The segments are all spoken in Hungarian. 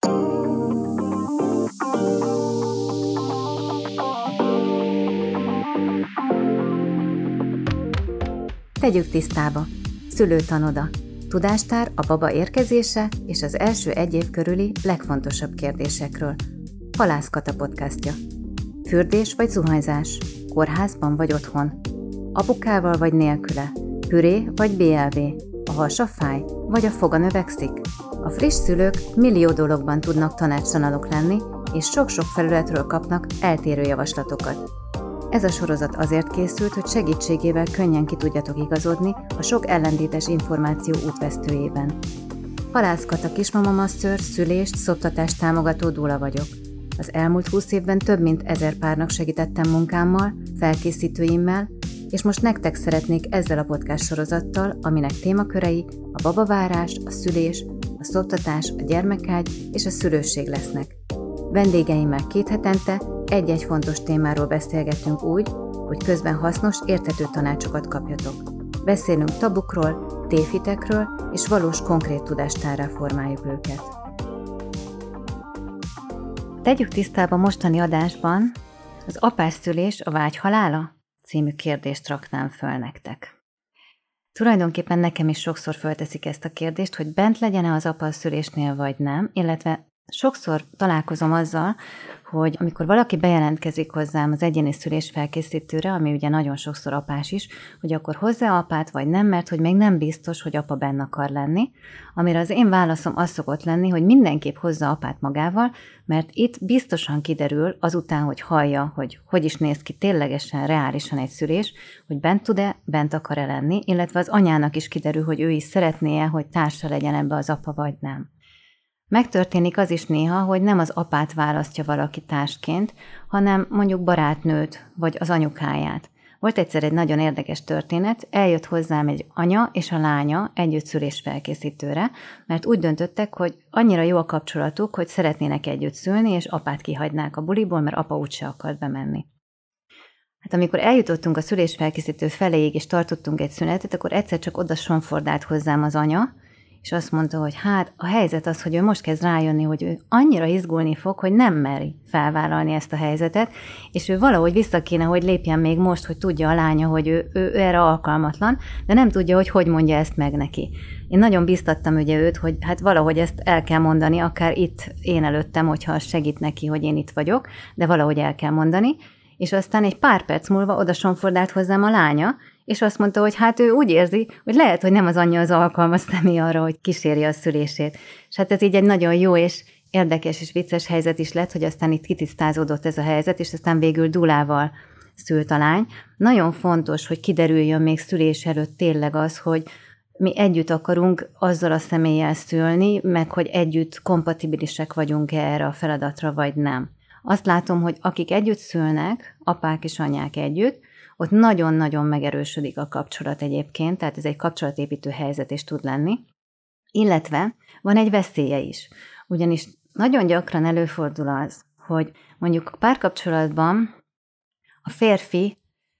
Tegyük tisztába. Szülőtanoda. Tudástár a baba érkezése és az első egy év körüli legfontosabb kérdésekről. Halász Kata podcastja. Fürdés vagy zuhanyzás? Kórházban vagy otthon? Apukával vagy nélküle? Püré vagy BLV? A hasa fáj? Vagy a foga növekszik? A friss szülők millió dologban tudnak tanácstalanok lenni, és sok-sok felületről kapnak eltérő javaslatokat. Ez a sorozat azért készült, hogy segítségével könnyen ki tudjatok igazodni a sok ellentétes információ útvesztőjében. Halász Kata kismama master, szülést, szoptatást támogató dúla vagyok. Az elmúlt 20 évben több mint 1000 párnak segítettem munkámmal, felkészítőimmel, és most nektek szeretnék ezzel a podcast sorozattal, aminek témakörei a babavárás, a szülés, a szoptatás, a gyermekágy és a szülőség lesznek. Vendégeimmel 2 hetente egy-egy fontos témáról beszélgetünk úgy, hogy közben hasznos, érthető tanácsokat kapjatok. Beszélünk tabukról, tévhitekről, és valós konkrét tudástárrá formáljuk őket. Tegyük tisztába mostani adásban az apásszülés a vágy halála című kérdést raknám föl nektek. Tulajdonképpen nekem is sokszor fölteszik ezt a kérdést, hogy bent legyen-e az apa a szülésnél vagy nem, illetve sokszor találkozom azzal, hogy amikor valaki bejelentkezik hozzám az egyéni szülés felkészítőre, ami ugye nagyon sokszor apás is, hogy akkor hozzá apát vagy nem, mert hogy még nem biztos, hogy apa benne akar lenni, amire az én válaszom az szokott lenni, hogy mindenképp hozza apát magával, mert itt biztosan kiderül azután, hogy hallja, hogy is néz ki ténylegesen, reálisan egy szülés, hogy bent tud-e, bent akar-e lenni, illetve az anyának is kiderül, hogy ő is szeretné-e, hogy társa legyen ebbe az apa vagy nem. Megtörténik az is néha, hogy nem az apát választja valaki társként, hanem mondjuk barátnőt, vagy az anyukáját. Volt egyszer egy nagyon érdekes történet, eljött hozzám egy anya és a lánya együtt szülésfelkészítőre, mert úgy döntöttek, hogy annyira jó a kapcsolatuk, hogy szeretnének együtt szülni, és apát kihagynák a buliból, mert apa úgyse akart bemenni. Hát amikor eljutottunk a szülésfelkészítő feléig, és tartottunk egy szünetet, akkor egyszer csak oda sonfordált hozzám az anya, és azt mondta, hogy hát a helyzet az, hogy ő most kezd rájönni, hogy ő annyira izgulni fog, hogy nem meri felvállalni ezt a helyzetet, és ő valahogy vissza kéne, hogy lépjen még most, hogy tudja a lánya, hogy ő erre alkalmatlan, de nem tudja, hogy mondja ezt meg neki. Én nagyon biztattam ugye őt, hogy hát valahogy ezt el kell mondani, akár itt én előttem, hogyha segít neki, hogy én itt vagyok, de valahogy el kell mondani, és aztán egy pár perc múlva oda sonfordált hozzám a lánya, és azt mondta, hogy hát ő úgy érzi, hogy lehet, hogy nem az anyja az alkalmas személy arra, hogy kíséri a szülését. És hát ez így egy nagyon jó és érdekes és vicces helyzet is lett, hogy aztán itt kitisztázódott ez a helyzet, és aztán végül dúlával szült a lány. Nagyon fontos, hogy kiderüljön még szülés előtt tényleg az, hogy mi együtt akarunk azzal a személlyel szülni, meg hogy együtt kompatibilisek vagyunk erre a feladatra, vagy nem. Azt látom, hogy akik együtt szülnek, apák és anyák együtt, ott nagyon-nagyon megerősödik a kapcsolat egyébként, tehát ez egy kapcsolatépítő helyzet is tud lenni, illetve van egy veszélye is, ugyanis nagyon gyakran előfordul az, hogy mondjuk a párkapcsolatban a férfi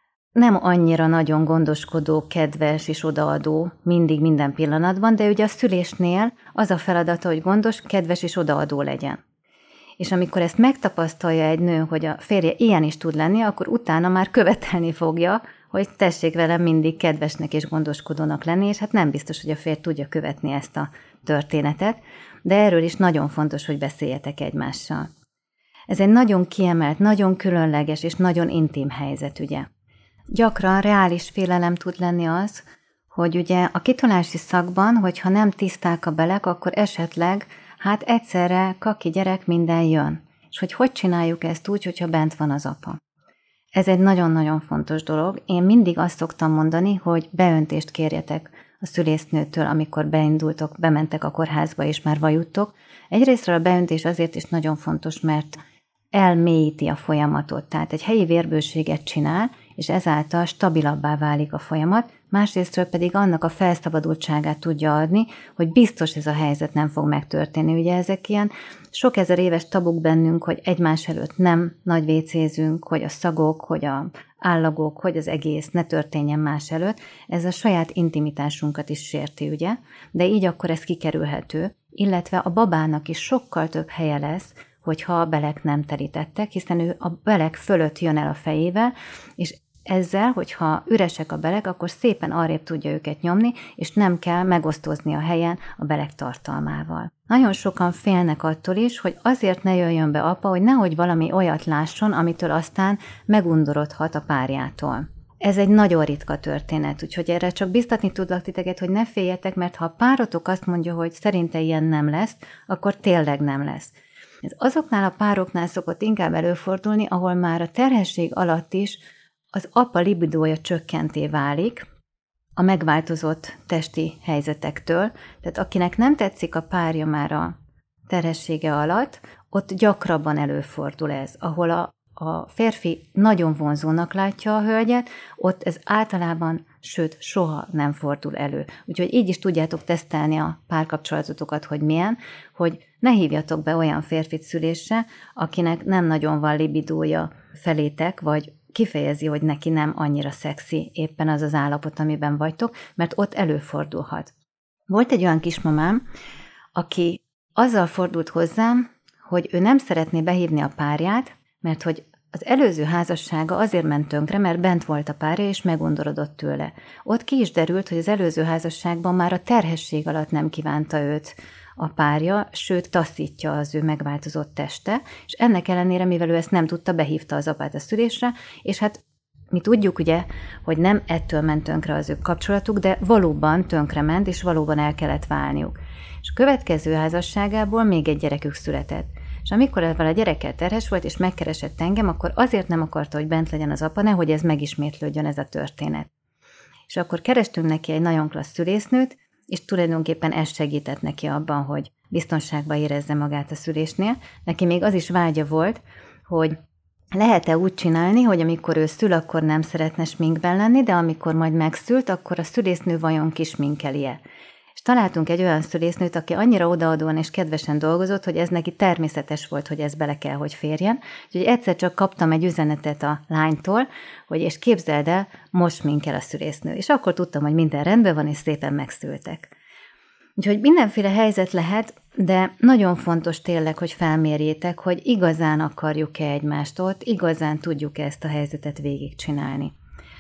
nem annyira nagyon gondoskodó, kedves és odaadó mindig minden pillanatban, de ugye a szülésnél az a feladata, hogy gondos, kedves és odaadó legyen. És amikor ezt megtapasztalja egy nő, hogy a férje ilyen is tud lenni, akkor utána már követelni fogja, hogy tessék velem mindig kedvesnek és gondoskodónak lenni, és hát nem biztos, hogy a férj tudja követni ezt a történetet, de erről is nagyon fontos, hogy beszéljetek egymással. Ez egy nagyon kiemelt, nagyon különleges és nagyon intim helyzet, ugye. Gyakran reális félelem tud lenni az, hogy ugye a kitolási szakban, hogyha nem tiszták a belek, akkor esetleg hát egyszerre kaki gyerek minden jön. És hogy csináljuk ezt úgy, hogyha bent van az apa. Ez egy nagyon-nagyon fontos dolog. Én mindig azt szoktam mondani, hogy beöntést kérjetek a szülésznőtől, amikor bementek a kórházba és már vajudtok. Egyrésztről a beöntés azért is nagyon fontos, mert elmélyíti a folyamatot. Tehát egy helyi vérbőséget csinál, és ezáltal stabilabbá válik a folyamat, másrésztről pedig annak a felszabadultságát tudja adni, hogy biztos ez a helyzet nem fog megtörténni. Ugye ezek ilyen sok ezer éves tabuk bennünk, hogy egymás előtt nem nagy vécézünk, hogy a szagok, hogy a állagok, hogy az egész ne történjen más előtt. Ez a saját intimitásunkat is sérti, ugye? De így akkor ez kikerülhető. illetve a babának is sokkal több helye lesz, hogyha a belek nem terítettek, hiszen ő a belek fölött jön el a fejével, és ezzel, hogyha üresek a belek, akkor szépen arrébb tudja őket nyomni, és nem kell megosztozni a helyen a belek tartalmával. Nagyon sokan félnek attól is, hogy azért ne jöjjön be apa, hogy nehogy valami olyat lásson, amitől aztán megundorodhat a párjától. Ez egy nagyon ritka történet, úgyhogy erre csak biztatni tudlak titeket, hogy ne féljetek, mert ha a párotok azt mondja, hogy szerinte ilyen nem lesz, akkor tényleg nem lesz. Ez azoknál a pároknál szokott inkább előfordulni, ahol már a terhesség alatt is az apa libidója csökkenté válik a megváltozott testi helyzetektől, tehát akinek nem tetszik a párja már a terhessége alatt, ott gyakrabban előfordul ez, ahol a férfi nagyon vonzónak látja a hölgyet, ott ez általában, sőt, soha nem fordul elő. Úgyhogy így is tudjátok tesztelni a párkapcsolatotokat, hogy milyen, hogy ne hívjatok be olyan férfit szülésre, akinek nem nagyon van libidója felétek, vagy kifejezi, hogy neki nem annyira szexi éppen az az állapot, amiben vagytok, mert ott előfordulhat. Volt egy olyan kismamám, aki azzal fordult hozzám, hogy ő nem szeretné behívni a párját, mert hogy az előző házassága azért ment tönkre, mert bent volt a párja, és megundorodott tőle. Ott ki is derült, hogy az előző házasságban már a terhesség alatt nem kívánta őt a párja, sőt taszítja az ő megváltozott teste, és ennek ellenére, mivel ő ezt nem tudta, behívta az apát a szülésre, és hát mi tudjuk ugye, hogy nem ettől ment tönkre az ő kapcsolatuk, de valóban tönkrement, és valóban el kellett válniuk. És a következő házasságából még egy gyerekük született. És amikor ezzel a gyerekkel terhes volt, és megkeresett engem, akkor azért nem akarta, hogy bent legyen az apa, nehogy ez megismétlődjön ez a történet. És akkor kerestünk neki egy nagyon klassz szülésznőt, és tulajdonképpen ez segített neki abban, hogy biztonságban érezze magát a szülésnél. Neki még az is vágya volt, hogy lehet-e úgy csinálni, hogy amikor ő szül, akkor nem szeretne sminkben lenni, de amikor majd megszült, akkor a szülésznő vajon kisminkeli-e. És találtunk egy olyan szülésznőt, aki annyira odaadóan és kedvesen dolgozott, hogy ez neki természetes volt, hogy ez bele kell, hogy férjen. Úgyhogy egyszer csak kaptam egy üzenetet a lánytól, hogy és képzeld el, most minkel a szülésznő. És akkor tudtam, hogy minden rendben van, és szépen megszültek. Úgyhogy mindenféle helyzet lehet, de nagyon fontos tényleg, hogy felmérjétek, hogy igazán akarjuk-e egymást ott, igazán tudjuk-e ezt a helyzetet végigcsinálni.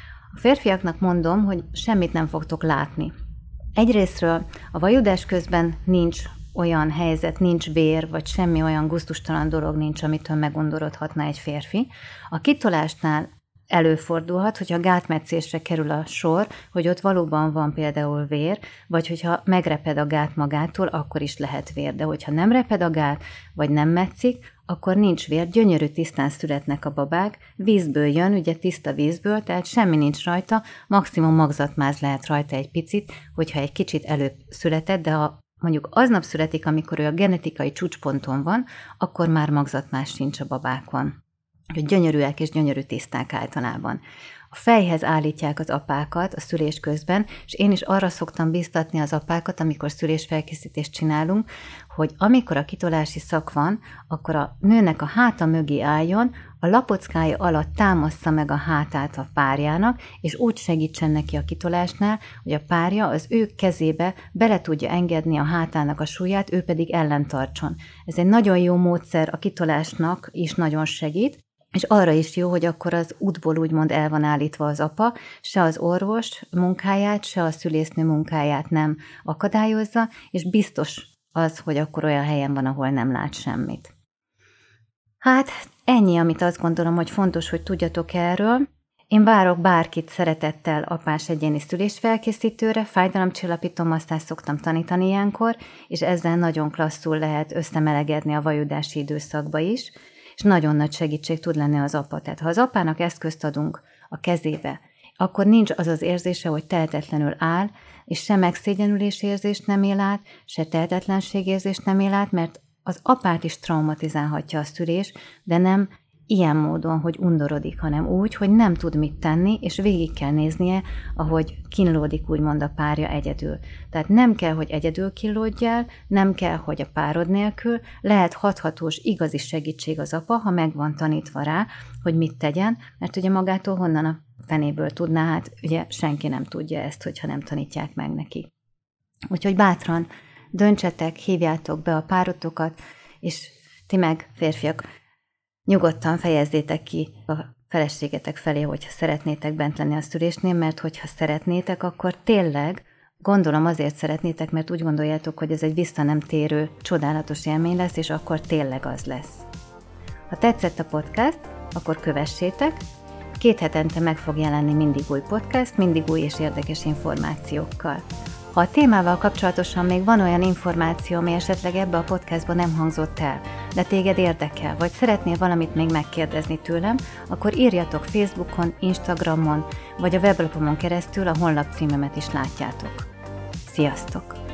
A férfiaknak mondom, hogy semmit nem fogtok látni. Egyrészről a vajudás közben nincs olyan helyzet, nincs vér, vagy semmi olyan gusztustalan dolog nincs, amitől megundorodhatna egy férfi. A kitolásnál előfordulhat, hogyha gátmetszésre kerül a sor, hogy ott valóban van például vér, vagy hogyha megreped a gát magától, akkor is lehet vér. De hogyha nem reped a gát, vagy nem metszik, akkor nincs vér, gyönyörű tisztán születnek a babák, vízből jön, ugye tiszta vízből, tehát semmi nincs rajta, maximum magzatmáz lehet rajta egy picit, hogyha egy kicsit előbb született, de ha mondjuk aznap születik, amikor ő a genetikai csúcsponton van, akkor már magzatmáz sincs a babákon. Hogy gyönyörűek és gyönyörű tiszták általában. A fejhez állítják az apákat a szülés közben, és én is arra szoktam biztatni az apákat, amikor szülésfelkészítést csinálunk, hogy amikor a kitolási szak van, akkor a nőnek a háta mögé álljon, a lapockája alatt támassza meg a hátát a párjának, és úgy segítsen neki a kitolásnál, hogy a párja az ő kezébe bele tudja engedni a hátának a súlyát, ő pedig ellentartson. Ez egy nagyon jó módszer, a kitolásnak is nagyon segít, és arra is jó, hogy akkor az útból úgymond el van állítva az apa, se az orvos munkáját, se a szülésznő munkáját nem akadályozza, és biztos az, hogy akkor olyan helyen van, ahol nem lát semmit. Hát ennyi, amit azt gondolom, hogy fontos, hogy tudjatok erről. Én várok bárkit szeretettel apás egyéni szülésfelkészítőre, fájdalomcsillapító masszázst szoktam tanítani ilyenkor, és ezzel nagyon klasszul lehet összemelegedni a vajudási időszakba is, és nagyon nagy segítség tud lenni az apa. Tehát ha az apának eszközt adunk a kezébe, akkor nincs az az érzése, hogy tehetetlenül áll, és se megszégyenülés érzést nem él át, se tehetetlenségérzést nem él át, mert az apát is traumatizálhatja a szülés, de nem ilyen módon, hogy undorodik, hanem úgy, hogy nem tud mit tenni, és végig kell néznie, ahogy kínlódik úgymond a párja egyedül. Tehát nem kell, hogy egyedül kínlódj el, nem kell, hogy a párod nélkül, lehet hathatós, igazi segítség az apa, ha meg van tanítva rá, hogy mit tegyen, mert ugye magától honnan a fenéből tudná, hát ugye senki nem tudja ezt, hogyha nem tanítják meg neki. Úgyhogy bátran Döntsetek, hívjátok be a párotokat, és ti meg, férfiak, nyugodtan fejezzétek ki a feleségetek felé, hogyha szeretnétek bent lenni a szülésnél, mert hogyha szeretnétek, akkor tényleg, gondolom azért szeretnétek, mert úgy gondoljátok, hogy ez egy vissza nem térő, csodálatos élmény lesz, és akkor tényleg az lesz. Ha tetszett a podcast, akkor kövessétek. 2 hetente meg fog jelenni mindig új podcast, mindig új és érdekes információkkal. Ha a témával kapcsolatosan még van olyan információ, ami esetleg ebbe a podcastban nem hangzott el, de téged érdekel, vagy szeretnél valamit még megkérdezni tőlem, akkor írjatok Facebookon, Instagramon, vagy a weblapomon keresztül, a honlap címemet is látjátok. Sziasztok!